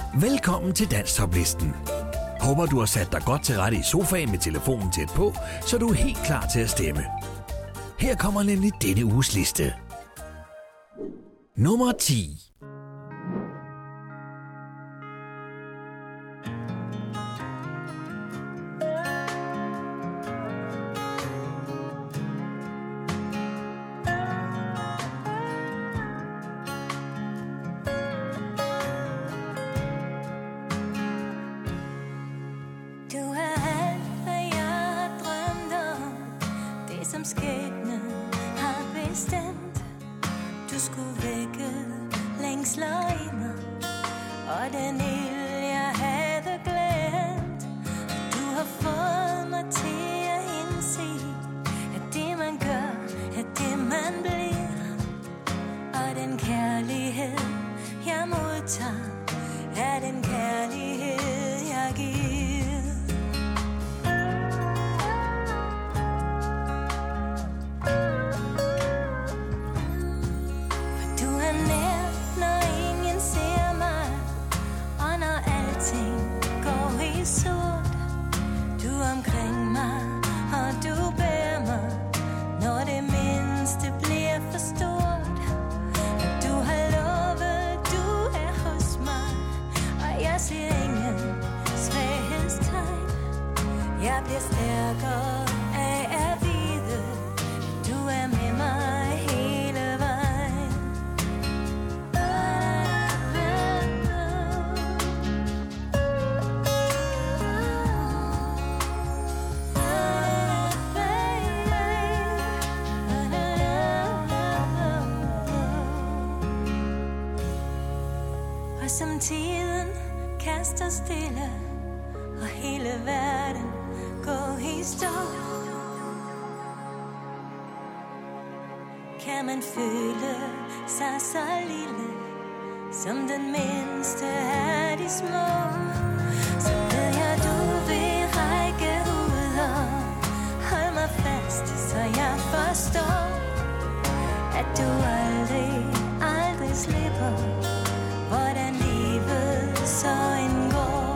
Velkommen til Dansktoplisten. Håber du har sat dig godt til rette i sofaen med telefonen tæt på, så du er helt klar til at stemme. Her kommer nemlig denne uges liste. Nummer 10. Som tiden kaster stille, og hele verden går i stå, kan man føle sig så lille, som den mindste af de små. Så ved jeg, du vil række ud og hold mig fast, så jeg forstår, at du aldrig slipper, hvordan livet så indgår.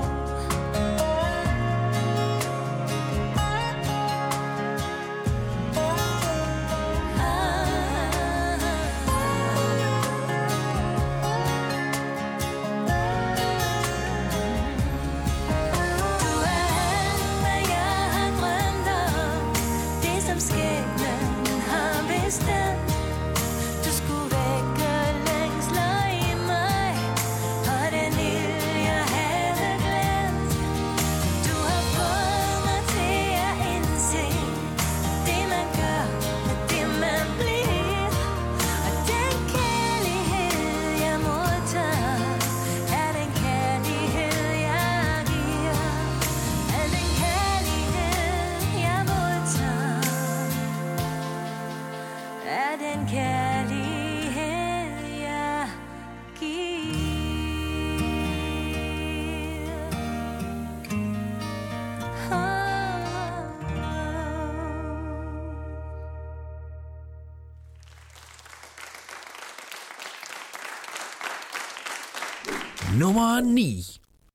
Nummer 9.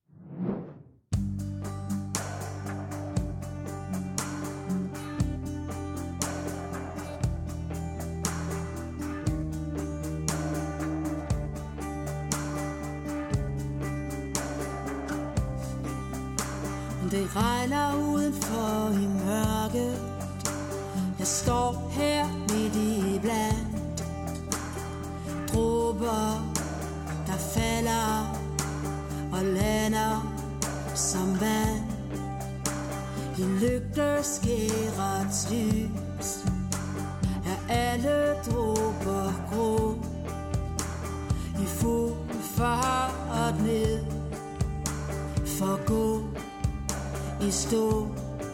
Det regner udenfor i mørket. Jeg står her midt i blandt dråber, der falder og lander som vand i lygteskærets lys. Er alle dråber grå i fuld fart ned, for gå i stå.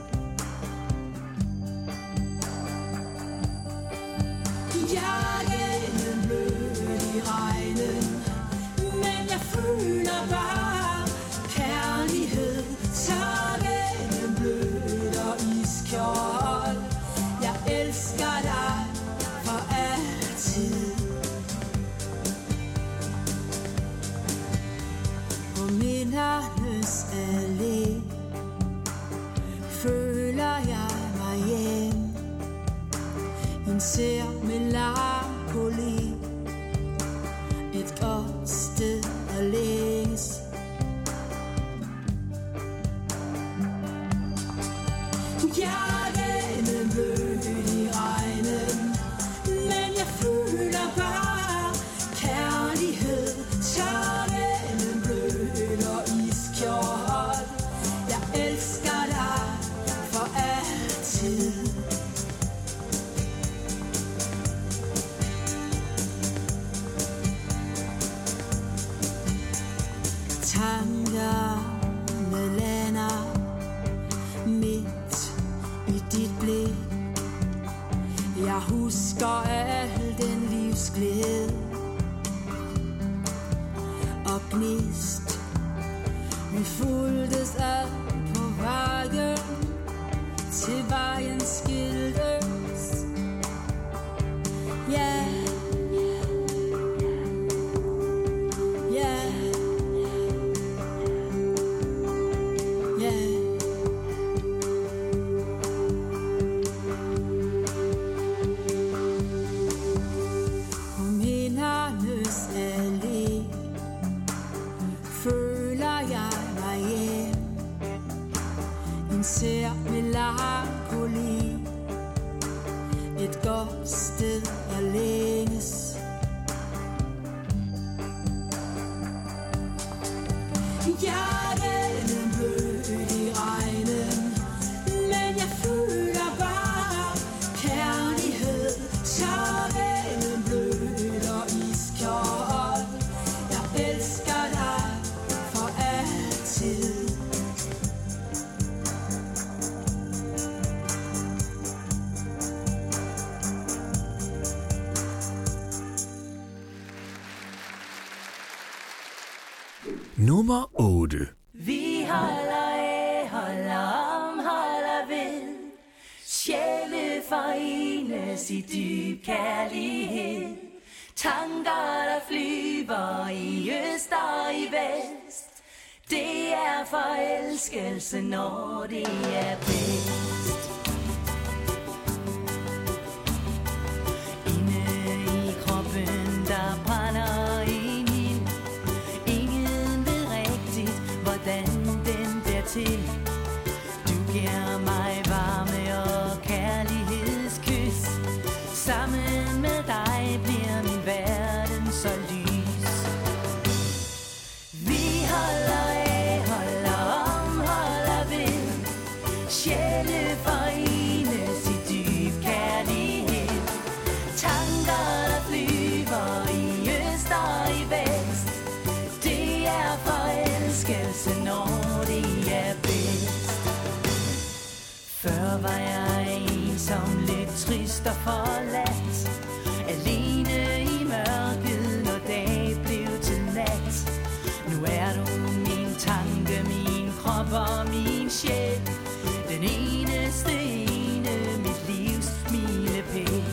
Jeg er blød i regnen, men jeg føler bare kærlighed. Takken blød og iskold. Jeg elsker dig for altid. Og ser melankoli, et godt sted at længes. Hjertet blødt i regnen, men jeg føler bare kærlighed. Tørren blødt og iskjold, jeg elsker dig for altid. Tankerne lander midt i dit blik. Jeg husker al den livsglæde og gnist. Vi fulgtes ad på vejen til vejen skiltes. Ja, ja, ja. På mindernes allé føler jeg mig hjem. En sær melankoli, et godt sted at længes. Hjertet blødt i regnen, men jeg føler bare kærlighed. Tørren blødt og iskold, jeg elsker dig for altid. Nummer 8. Vi holder af, holder om, holder ved. Sjæle forenes i dyb kærlighed. Tanker, der flyver i øst og i vest. Det er forelskelse, når det er bedst. Inde i kroppen, der brænder en ild. Ingen ved rigtigt, hvordan den dertil. Du giver mig varme og kærlighedskys. Sammen med dig bliver min verden så lys. Vi holder af, holder om, holder ved. Sjæle forenes i dyb kærlighed. Tanker, der flyver i øst og i vest. Det er forelskelse, når det er bedst. Før var jeg ensom, lidt trist og forladt. Alene i mørket, når dag blev til nat. Nu er du min tanke, min krop og min sjæl. Den eneste ene, mit livs milepæl.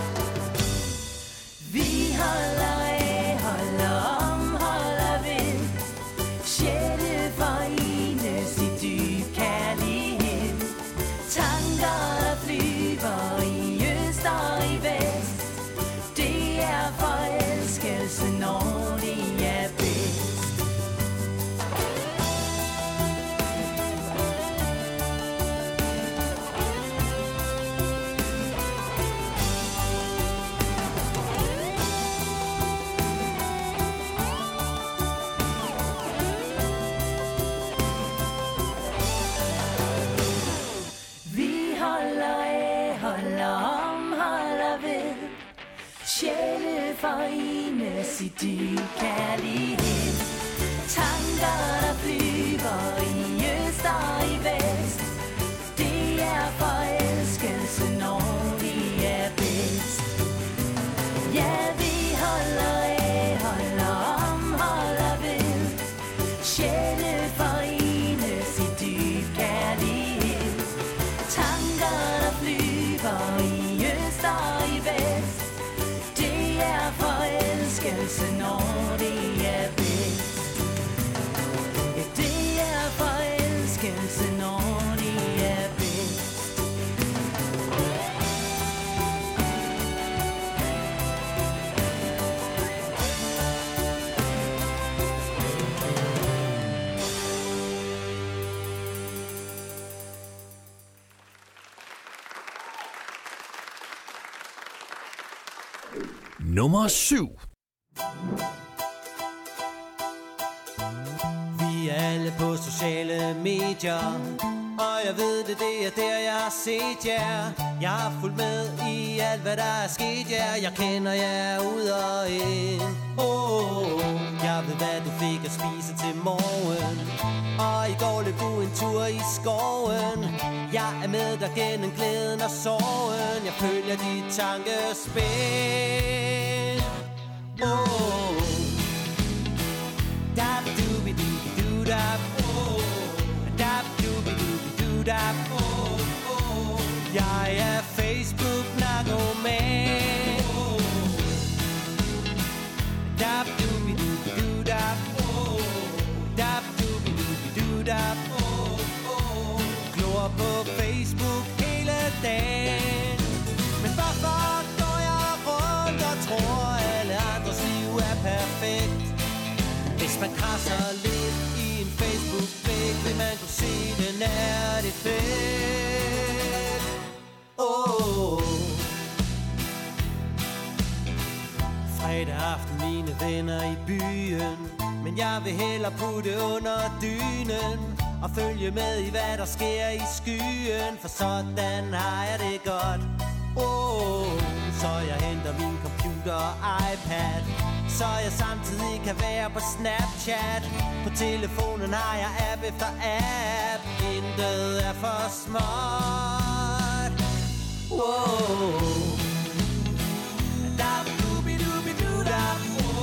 Vi holder af, holder om, holder ved. Sjæle forenes i dyb kærlighed. Tanker, der flyver i øst og i vest. Det er forelskelse, når det er bedst. Vi holder af, holder om, holder ved. Sjæle forenes i dyb kærlighed. Tanker, der flyver i øst og i vest. Det er forelskelse, når det er bedst. Ja, vi holder af, holder om, holder ved. Sjæle forenes i dyb kærlighed. Tanker, der flyver i øst og i vest. Det er forelskelse, når det er bedst. Ja, det er forelskelse. Nummer 7. Vi er alle på sociale medier, og jeg ved det er der jeg har set jer. Jeg har fulgt med i alt hvad der er sket jer. Jeg kender jer ud og ind. Jeg ved hvad du fik at spise til morgen, og i går løb du en tur i skoven. Jeg er med dig gennem glæden og sorgen. Jeg følger dit tankespil. Dab-doobie-doobie-doo-dab. Dab-doobie-doobie-doo-dab. Jeg er Facebook-narkoman. Dab-doobie-doobie-doo-dab. Dab-doobie-doobie-doo-dab. Glor på Facebook hele dagen. Men hvorfor går jeg rundt og tror alle andres liv er perfekt? Hvis man krasser lidt i en Facebook-væg, vil man kunne se den er det fedt. Fredag aften, mine venner i byen, men jeg vil hellere putte under dynen og følge med i hvad der sker i skyen, for sådan har jeg det godt. Så jeg henter min computer og iPad, så jeg samtidig kan være på Snapchat. På telefonen har jeg app efter app, intet er for småt. Dab-doobie-doobie-doo-dab.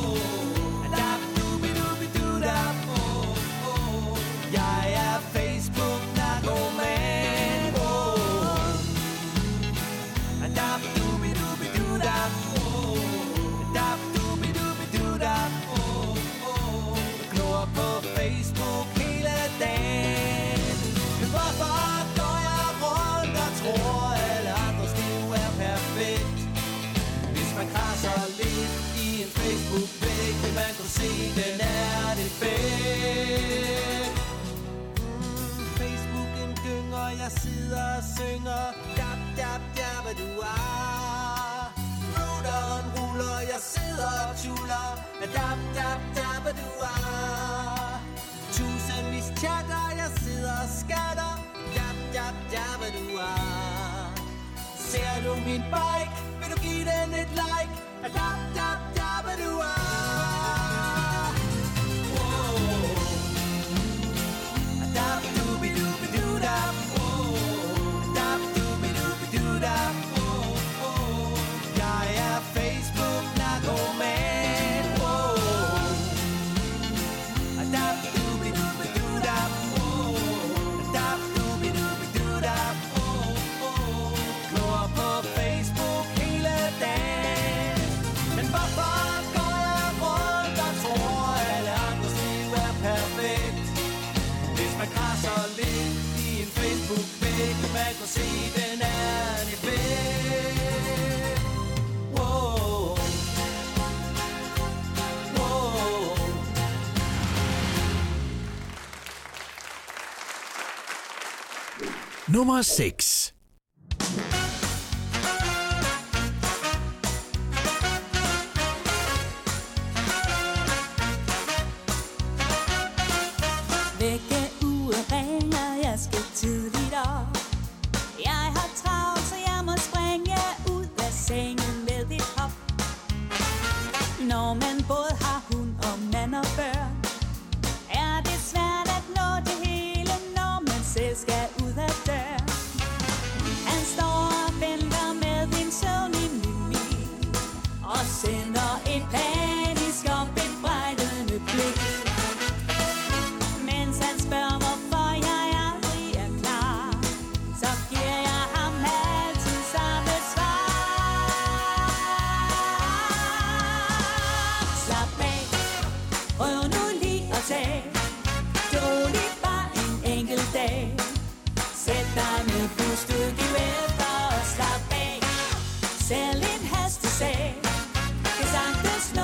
Dab-doobie-doobie-doo-dab. Jeg er Facebook-narkoman. Dab-doobie-doobie-doo-dab. Dab-doobie-doobie-doo-dab. Glor på Facebook hele dagen. Men hvorfor går jeg rundt og tror alle andres liv er perfekt? Hvis man krasser lidt i en Facebook-væg, vil man kunne se, den er det fedt. Facebooken gynger, jeg sidder og synger. Dab, dab, dab, du er. Routeren ruller, jeg sidder og tuller. Dab, dab, dab, du er. Tusindvis chatter, jeg sidder og skatter. Dab, dab, dab, du er. Ser du min bike, vil du give den et like? Dab, dab, dab, du er. Dab-doobie-doobie-doo-dab. Dab-doobie-doobie-doo-dab. Jeg er Facebook-narkoman. Dab-doobie-doobie-doo-dab. Dab-doobie-doobie-doo-dab. Glor på Facebook hele dagen. Men hvorfor går jeg rundt og tror alle andres liv er perfekt? Hvis man krasser lidt i en Facebook-væg, man kan se, den er det fedt. Wow. Wow. Nummer 6. Vækkeuret ringer, jeg skal tidligt op. Jeg har travlt, så jeg må springe ud af sengen med et hop. Når man både har hund og mand og børn, er det svært at nå det hele, når man selv skal ud af døren. Han står og venter med en søvnig mimik og sender et panisk og bebrejdende blik. Mens han spørger, hvorfor jeg aldrig er klar, så giver jeg ham altid samme svar. Slap af, prøv nu lige at tage det roligt bare en enkelt dag. Sæt dig med pustet efter og slap af. Selv en hastesag kan sagtens nå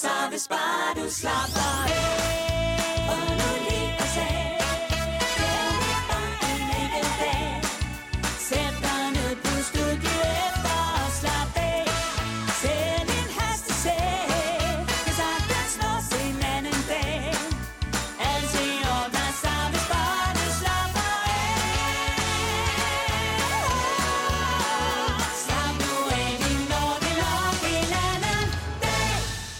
Så hvis bare du slapper af og nu lige og sag, det er bare en enkelt dag. Sæt dig ned på studiet efter og slap af. Send en hastesag, kan sagtens nås en anden dag. Alting ordner sig, hvis bare du slapper af. Slap nu af, vi når det nok en anden dag.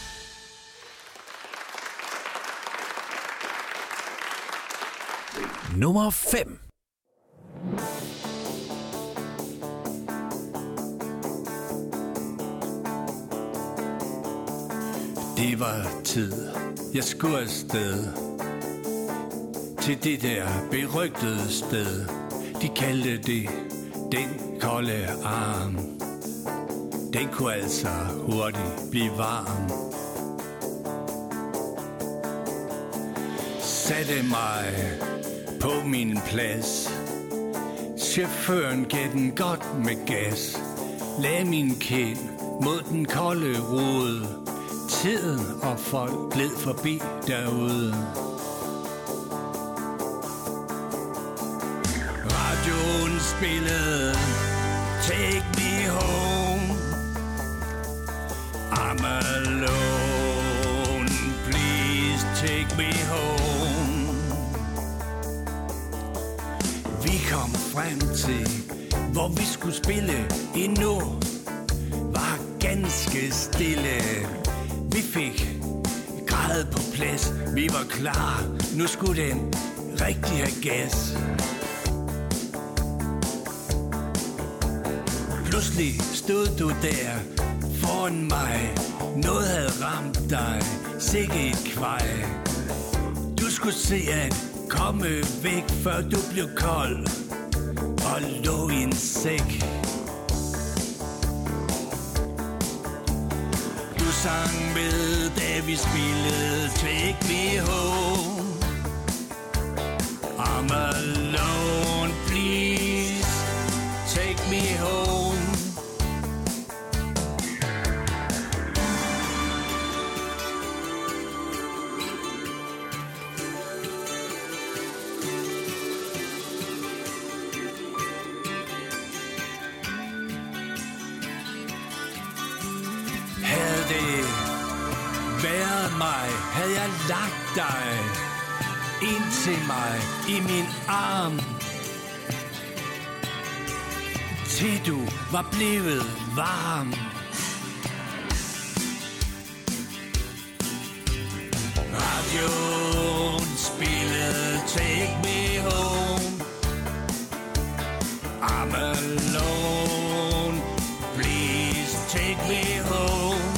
Nummer 5. Det var tid, jeg skulle afsted til det der berygtede sted. De kaldte det den kolde arm. Den kunne altså hurtigt blive varm. Satte mig på min plads. Chaufføren gav den godt med gas. Lagde min kind mod den kolde rude. Tiden og folk gled forbi derude. Radioen spillede Take Me Home. I'm alone, please take me home. Vi kom frem til, hvor vi skulle spille endnu. Var ganske stille. Vi fik grad på plads. Vi var klar. Nu skulle den rigtig have gas. Pludselig stod du der foran mig. Noget havde ramt dig. Sikke et kvej. Du skulle se at komme væk, før du blev kold og lå i en sæk. Du sang med, da vi spillede Take Me Home. I'm alone, please take me home. Havde det været mig, havde jeg lagt dig ind til mig i min arm, til du var blevet varm. Radioen spillede Take Me Home. I'm alone, please take me home.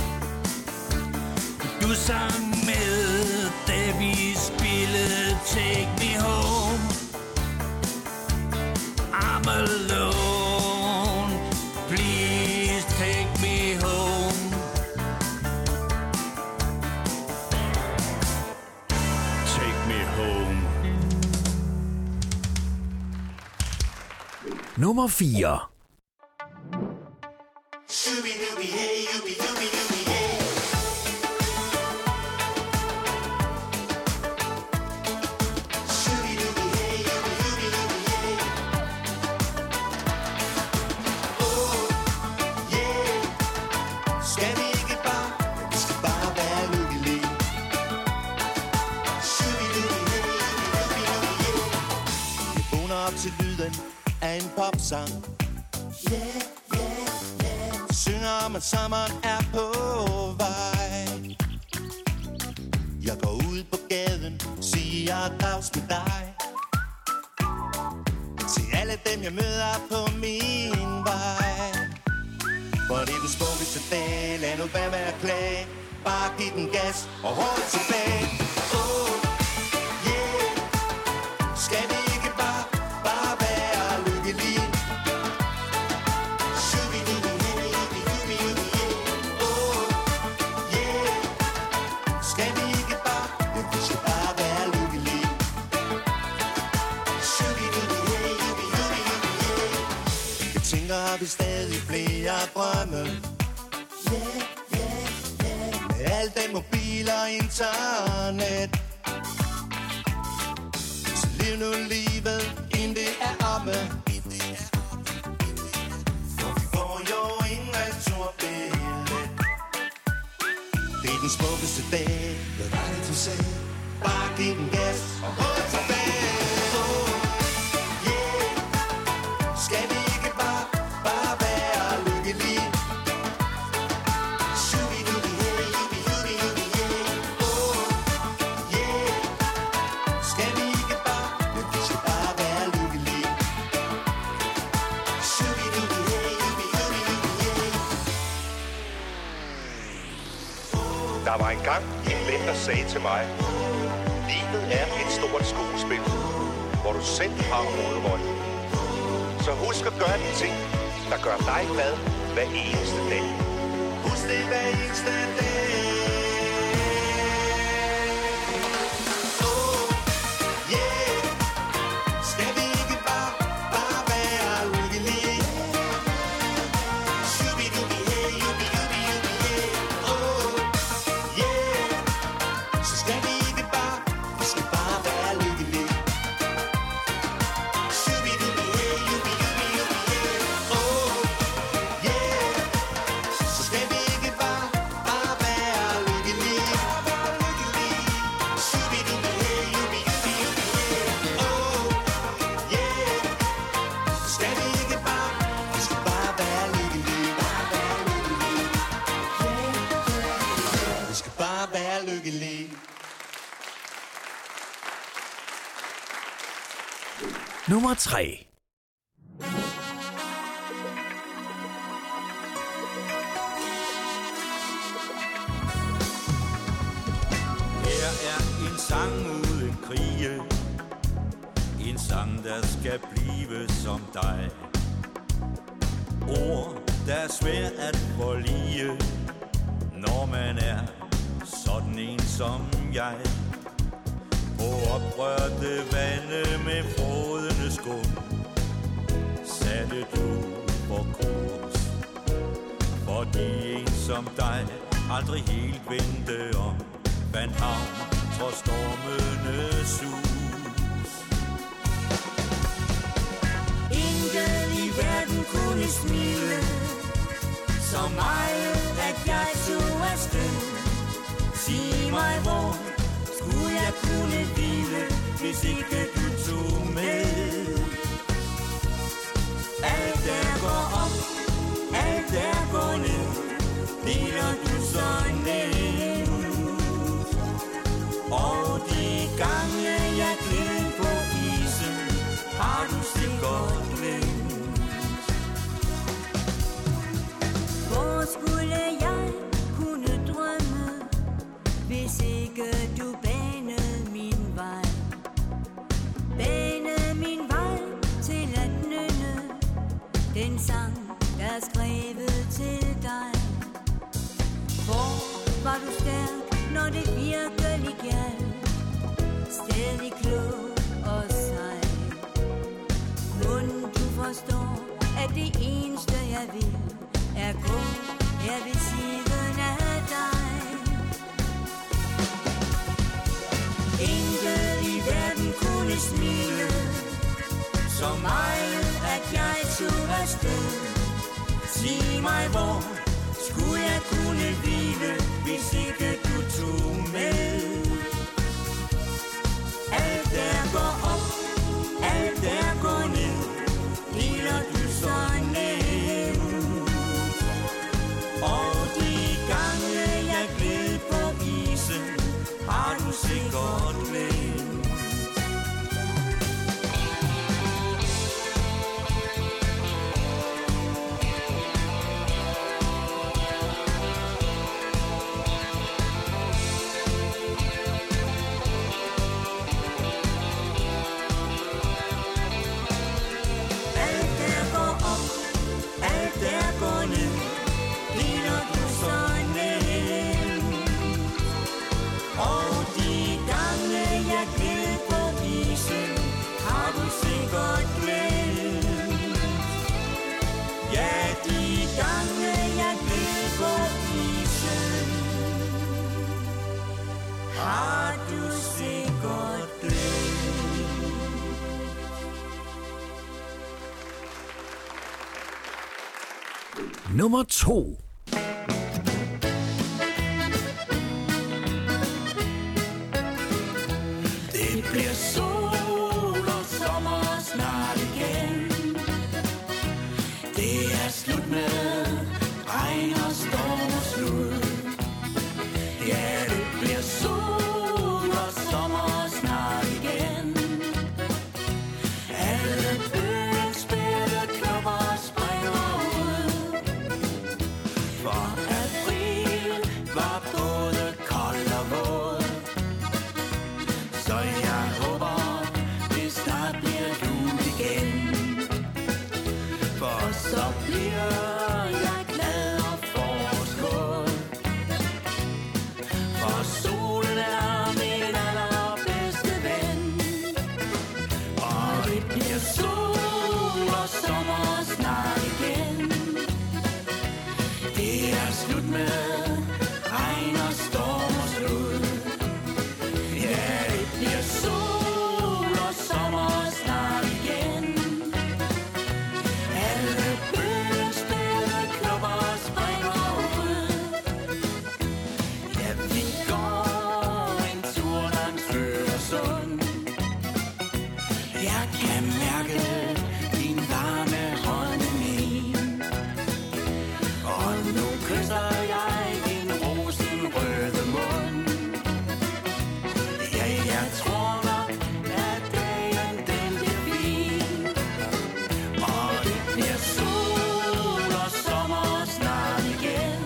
Du sang med, da vi spillede Take Me Home. I'm alone, please take me home. Take me home. Nummer 4. Til lyden af en popsang. Yeah, yeah, yeah. Synger om, at sommeren er på vej. Jeg går ud på gaden, siger dags med dig. Til alle dem, jeg møder på min vej. For det er den smukkeste dag, lad nu være med at klage. Bare giv den gas og hold tilbage. Oh, yeah. Skal vi ikke bare være lykkelige? Oh, yeah. Skal vi ikke bare, vi skal bare være lykkelige? Jeg tænker, har vi stadig flere drømme? Yeah, yeah, yeah. alt den mobil og internet. Så lev nu livet, inden det er omme. For vi får jo ingen returbillet. Det er den smukkeste dag. Hvad var det du sagde? Bare giv den gas og hold tilbage. Oh, yeah. Skal vi ikke bare være lykkelige? Shubi-dubi, hey, yubi, yubi, yeah. Oh, yeah. Skal vi ikke bare være lykkelige? Shubi-dubi, hey, yubi, yubi, yeah. Der var engang en ven, der sagde til mig: livet er et stort skuespil, hvor du selv har hovedrollen. Så husk at gøre de ting, der gør dig glad hver eneste dag. Husk det hver eneste dag. Oh, yeah. Skal vi ikke bare være lykkelige? Shubi-dubi, hey, yubi, yubi, yubi, yeah. Oh, yeah. Så skal vi ikke vi skal bare være lykkelige. Shubi-dubi, hey, yubi, yubi, yubi, yeah. Oh, yeah. Så skal vi ikke bare være lykkelige. Shubi-dubi, hey, yubi, yubi, yubi, yeah. Oh, yeah. Så skal vi ikke vi skal bare være lykkelige. Vi skal bare være lykkelige. Nummer 3. Her er en sang uden krige, en sang der skal blive som dig. Ord der er svært at forlige, når man er sådan en som jeg. På oprørte vande med frådende skum satte du på kurs, fordi en som dig aldrig helt vendte om, vandt havn trods stormende sus. Intet i verden kunne smile så meget, at jeg tog afsted. Sig mig, hvor skulle jeg kunne hvile, hvis ikke du tog med? Alt der går op, alt der går ned, deler du så nemt. Og de gange jeg gled på isen, har du sikkert glemt. Hvor skulle jeg kunne drømme, hvis ikke du banede min vej? Banede min vej til at nynne den sang, der er skrevet til dig. Hvor var du stærk, når det virkelig gjaldt? Stadig klog og sej. Mon du forstår, at det eneste jeg vil er gå her ved siden af dig. Intet i verden kunne smile så meget, at jeg tog afsted. Sig mig, hvor skulle jeg kunne hvile, hvis ikke du tog med? Alt der går op, alt der går ned, deler du så nemt. Og de gange jeg gled på isen, har du sikkert glemt. har du sikkert glemt. Nummer 2. Det bliver sol og sommer snart igen. Det er slut med regn og storm og slud. Ja, det bliver sol og sommer snart igen. Alle bøgens spilleknopper springer ud. For april var både kold og våd. Så jeg håber, det snart bliver jul igen. For så bliver jeg glad og forårsgået. For solen er min allerbedste ven. Og det bliver sol og sommer snart igen. Det er slut med regn og storm og slud. Ja, det bliver sol og sommer snart igen. Alle bøgens spilleknopper springer ud. Ja, vi går en tur langs Øresund. Jeg kan mærke din varme hånd i min. Og nu kysser jeg din rosenrøde mund. Ja, jeg tror nok, at dagen den bliver fin. Og det bliver sol og sommer snart igen.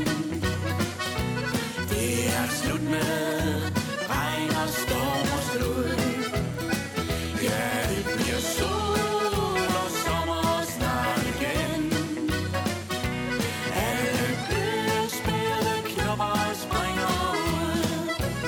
Det er slut med regn og storm og slud. Ja, det bliver sol og sommer snart igen. Alle bøgens spilleknopper springer ud.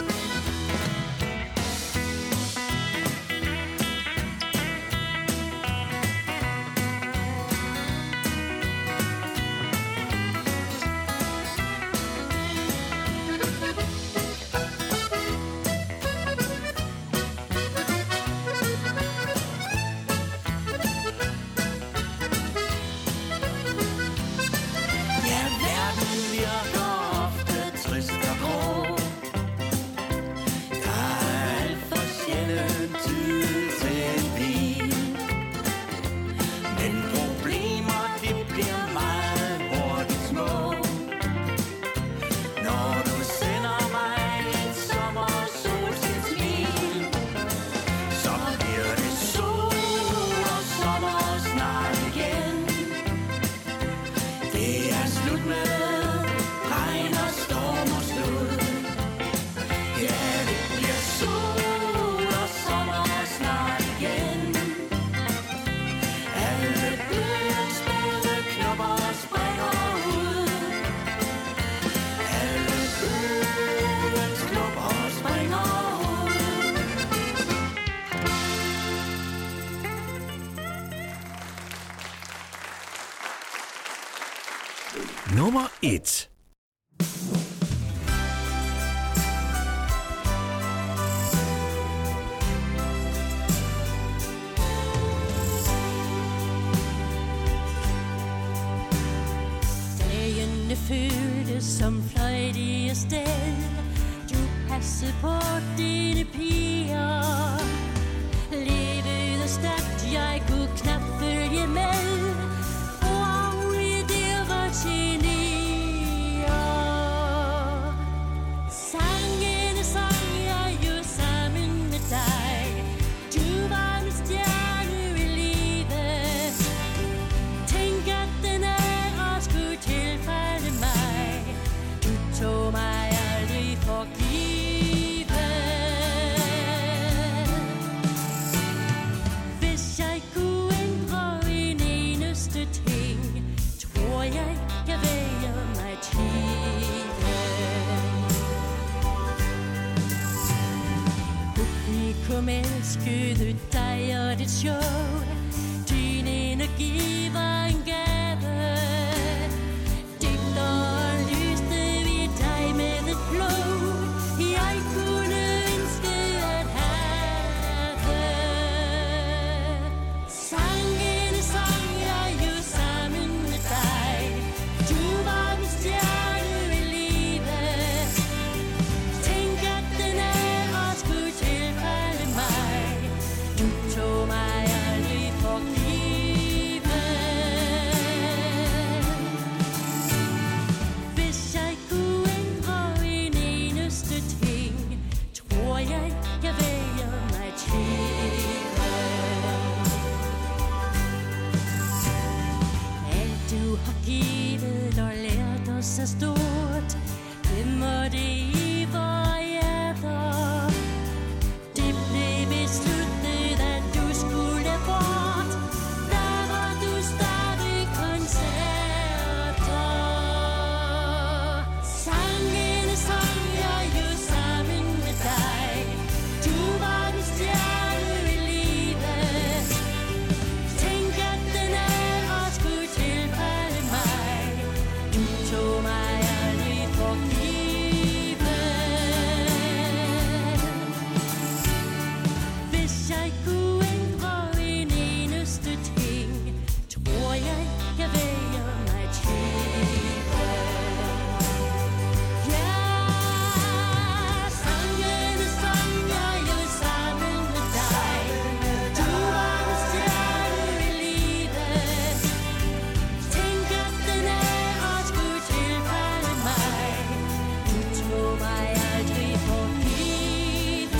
Ja, verden virker ofte trist og grå. Der er alt for sjældent tid til en bil. Men problemer, det bliver meget hurtigt små. Når du sender mig et sommersolskinsmil, så bliver det sol og sommer snart igen. Det er slut med regn og storm og slud. Ja, det bliver sol og sommer snart igen. Alle bøgens spilleknopper springer ud. Alle bøgens knopper springer ud. Nummer 1. Dagene føltes som fløjt i afsted. Du passede på dine piger. Levede stærkt, jeg kunne knap følge med. Rolig, der var genier. Sangene sang jeg jo sammen med dig. Du var en stjerne i livet. Tænk, at den ære skulle tilfalde mig. Du tog mig aldrig for givet. Hvis jeg kunne ændre en eneste ting, tror jeg, jeg vælger mig tiden. Publikum elskede dig og dit show. Din energi var en gave. Digter lyste vi dig med et blå. Jeg kunne så stort. Gemmer det i vore hjerter. Det blev besluttet, at du skulle bort. Der var du stadig koncerter. Sangene sang jeg jo sammen med dig. Du var den stjerne i livet. Tænk at den ære skulle tilfalde mig. Du tog mig aldrig for givet. Hvis jeg kunne ændre en eneste ting, tror jeg vælger mig tyve. Ja, sangene sang jeg jo sammen med dig. Du var en stjerne i livet. Tænk at den ære skulle tilfalde mig. Du tog mig aldrig for givet.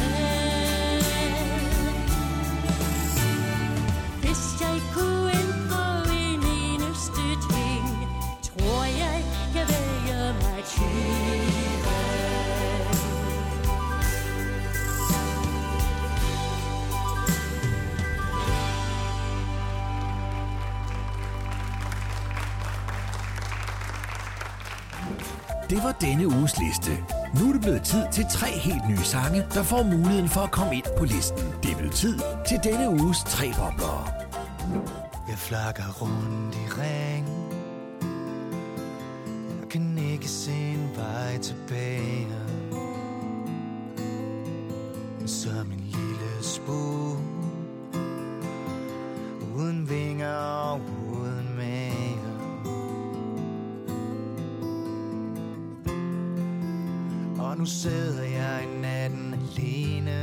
Hvis jeg kunne ændre en eneste ting, tror jeg vælger mig tyve. Det var denne uges liste. Nu er det blevet tid til 3 helt nye sange, der får muligheden for at komme ind på listen. Det er blevet tid til denne uges 3 boblere. Jeg flakker rundt i ring. Jeg kan ikke se en vej tilbage. Som en lille spur, uden vinger og uden mave. Og nu sidder jeg i natten alene,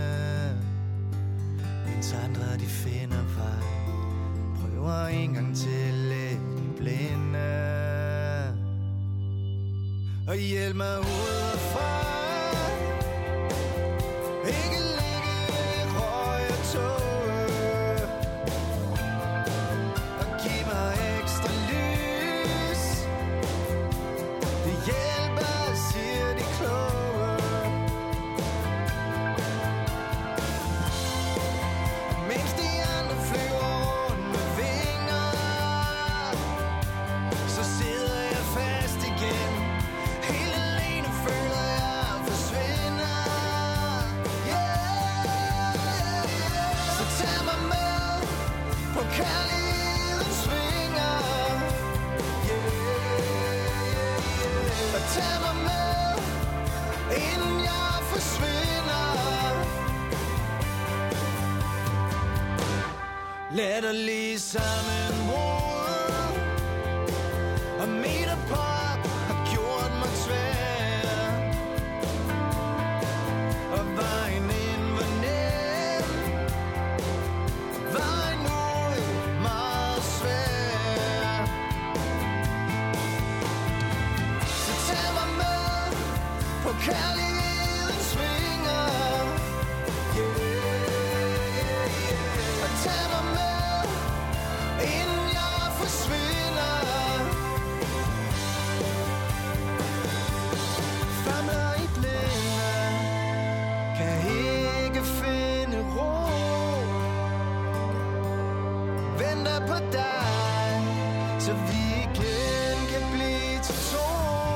mens andre de finder vej. Prøver en gang til lidt blinde og hjælp mig udefra. Ikke ligge i røg og tåge, og giv mig ekstra lys. Det hjælper, siger de kloge. Mens de andre flyver rundt med vinger, så sidder jeg fast igen. Helt alene føler jeg forsvinder. Så tag mig med på kærlighedens vinger. Og tag mig med, inden jeg forsvinder. Latterlig sammenbrud og meterpop har gjort mig tvær. Og vejen ind var nem, vejen ud meget svær. Så tag mig med på kærlighedens vinger. Og tag mig med, inden jeg forsvinder. Famler i blinde, kan ikke finde ro. Venter på dig, så vi igen kan blive til to.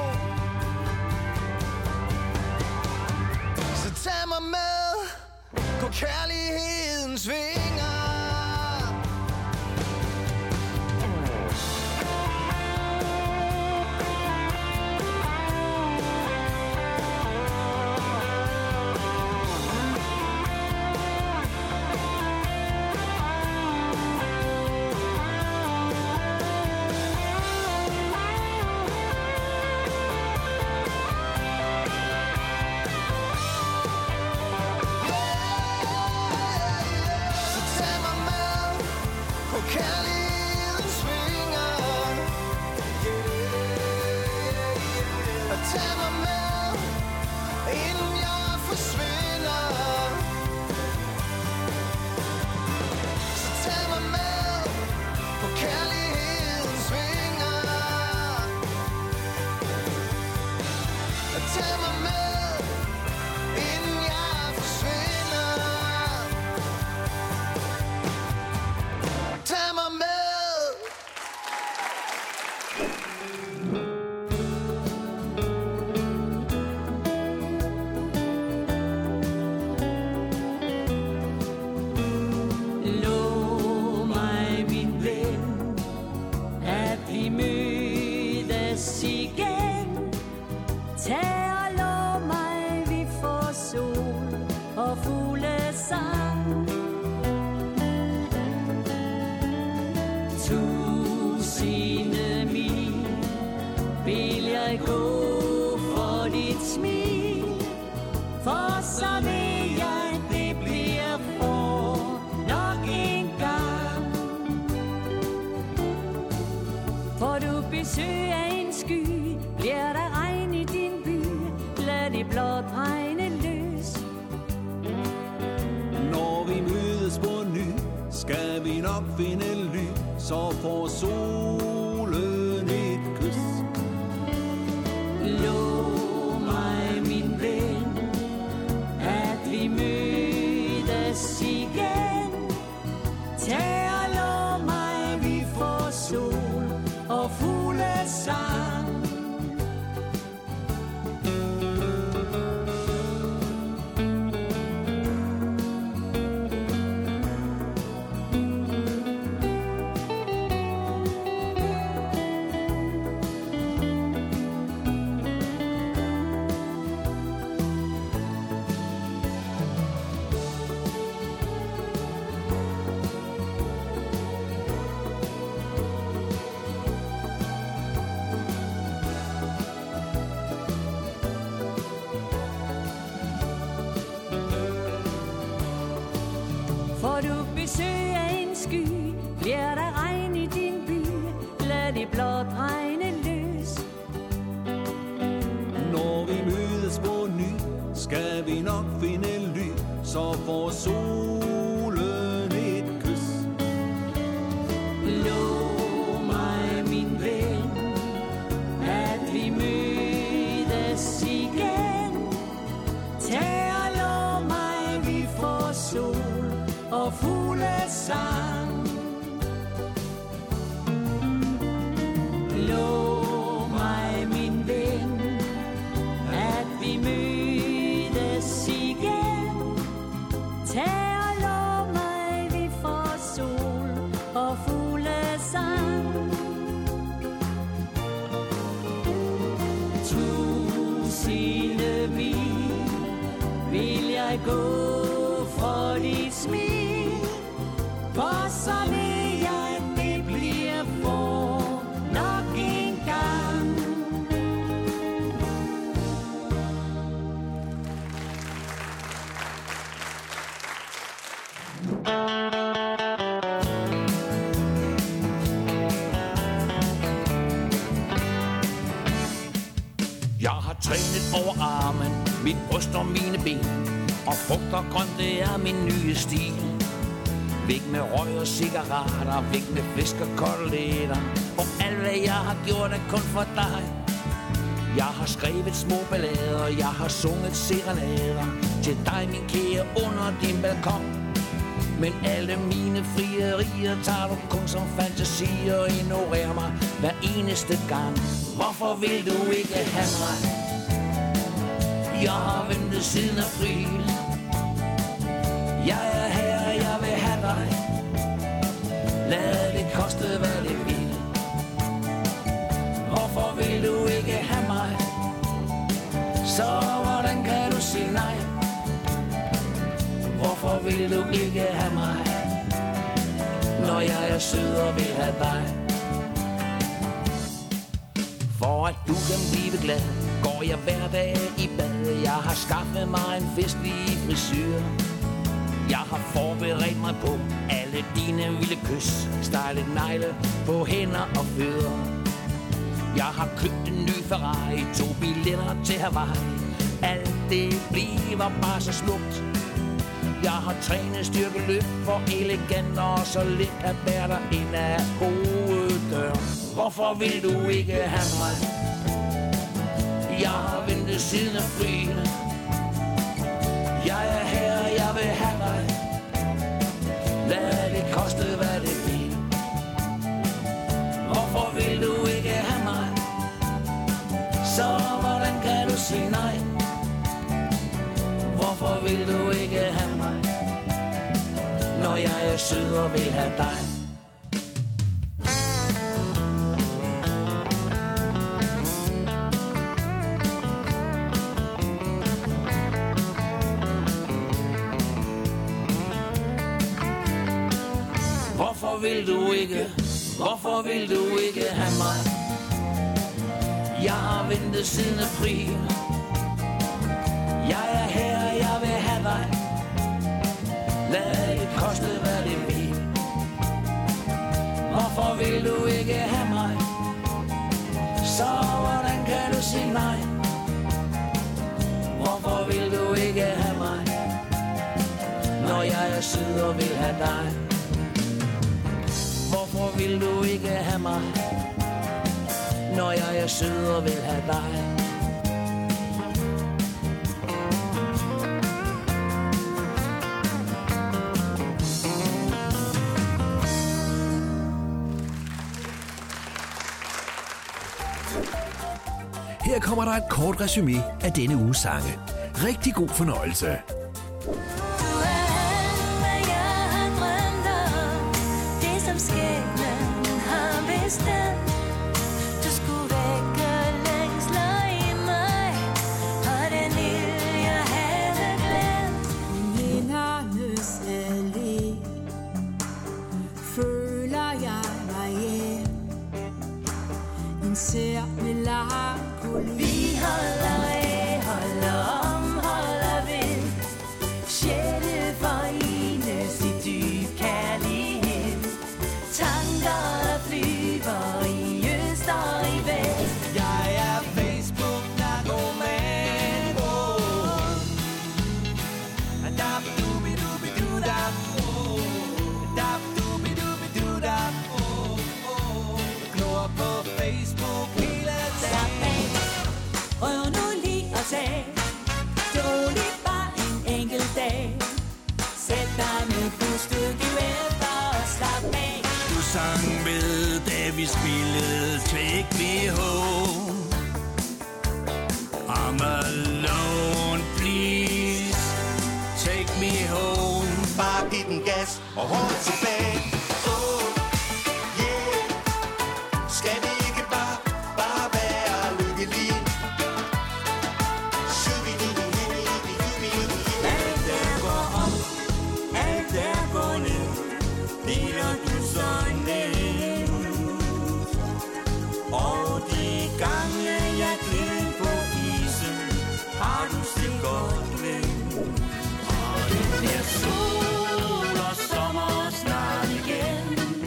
Så tag mig med på kærlighedens vinger. Så Lov mig, min ven, at vi mødes igen. Tag og lov mig, vi får sol og fuglesang. Tusinde mil vil jeg gå for dit smil, for så vil jeg, det bliver for nok en gang. For du besøg af en sky, bliver der regn i din by, lad det blot regne løs. Når vi mødes på ny, skal vi nok finde ly, så får solen et kys. Lov mig, min ven, at vi mødes igen. Tag og lov mig, vi får sol og fuglesang. For du besøg af en sky, bliver der regn i din by, lad det blot regne løs. Når vi mødes på ny, skal vi nok finde ly, så får solen et kys. Lov mig, min ven, at vi mødes igen. Tag og lov mig, vi får sol og fuglesang. Lov mig, min ven, at vi mødes igen. Tag og lov mig, vi får sol og fuglesang. Tusinde mil vil jeg gå for dit smil, for så vil jeg, det bliver for nok en gang. Jeg har trænet over armen, mit bryst og mine ben, og frugt og grønt, det er min nye stil. Væk med røg og cigaretter, væk med fisk og koteletter, og alt hvad jeg har gjort er kun for dig. Jeg har skrevet små ballader, jeg har sunget serenader til dig, min kære, under din balkon. Men alle mine frierier tager du kun som fantasier og ignorerer mig hver eneste gang. Hvorfor vil du ikke have mig? Jeg har ventet siden april. Jeg er her, jeg vil have dig. Lad det koste, hvad det vil. Hvorfor vil du ikke have mig? Så hvordan kan du sige nej? Hvorfor vil du ikke have mig, når jeg er sød og vil have dig? For at du kan blive glad, går jeg hver dag i bad. Jeg har skaffet mig en festlig frisyr. Jeg har forberedt mig på alle dine vilde kys, stejlet negle på hænder og fødder. Jeg har købt en ny Ferrari, 2 billetter til Hawaii. Alt det bliver bare så smukt. Jeg har trænet styrkeløb for elegant og så lidt at bære dig ind af hoveddøren. Hvorfor vil du ikke have mig? Jeg har ventet siden april. Jeg er her, jeg vil have dig. Lad det koste, hvad det vil. Hvorfor vil du ikke have sød og vil have dig. Hvorfor vil du ikke have mig? Jeg har ventet siden april. Jeg er her, jeg vil have dig. Lad det koste, hvad det vil. Hvorfor vil du ikke have mig? Så hvordan kan du sige nej? Hvorfor vil du ikke have mig? Når jeg er sød og vil have dig. Hvorfor vil du ikke have mig? Når jeg er sød og vil have dig. Her kommer der et kort resumé af denne uges sange. Rigtig god fornøjelse. Vi holder af, holder om, holder ved. Sjæle forenes i dyb kærlighed. Tanker der flyver i øst og i vest. Jeg er Facebook-narkoman. Dab-dubi-dubi-du-dab. Dab-dubi-dubi-du-dab. Glor på Facebook hele dagen. Prøv nu lige at tage det roligt bare en enkelt dag. Sæt dig med pustegyv efter og slap af. Du sang med, da vi spillede Take Me Home. I'm alone, please. Take me home. Bare giv den gas og hold tilbage. Oh, yeah. Skal vi ikke bare være lykkelige? Alt der går op, alt der går ned. Deler du så ned. Og de gange jeg gled på isen, har du set godt glemt. Og det bliver sol og sommer snart igen.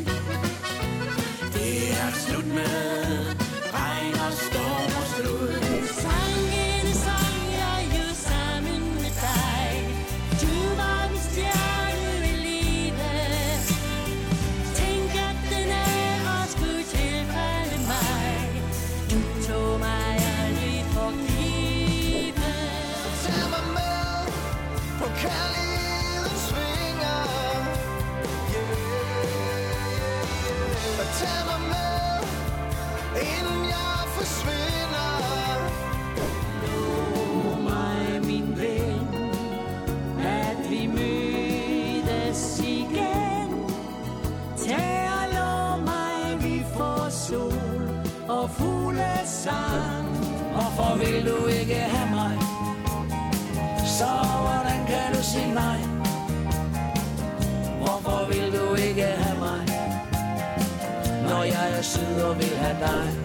Det er slut med regn og storm og slud. Sangen sang jeg jo sammen med dig. Du var min stjerne i livet. Tænk at den ære skulle tilfælde mig. Du tog mig aldrig for givet. Tag mig med på kærlighedens vinger. Og tag mig med, inden jeg forsvinder. Lov mig, min ven, at vi mødes igen. Tag og lov mig, vi får sol og fuglesang. Hvorfor vil du ikke have mig? Så hvordan kan du sige nej? Hvorfor vil du ikke have mig? Når jeg er sød og vil have dig.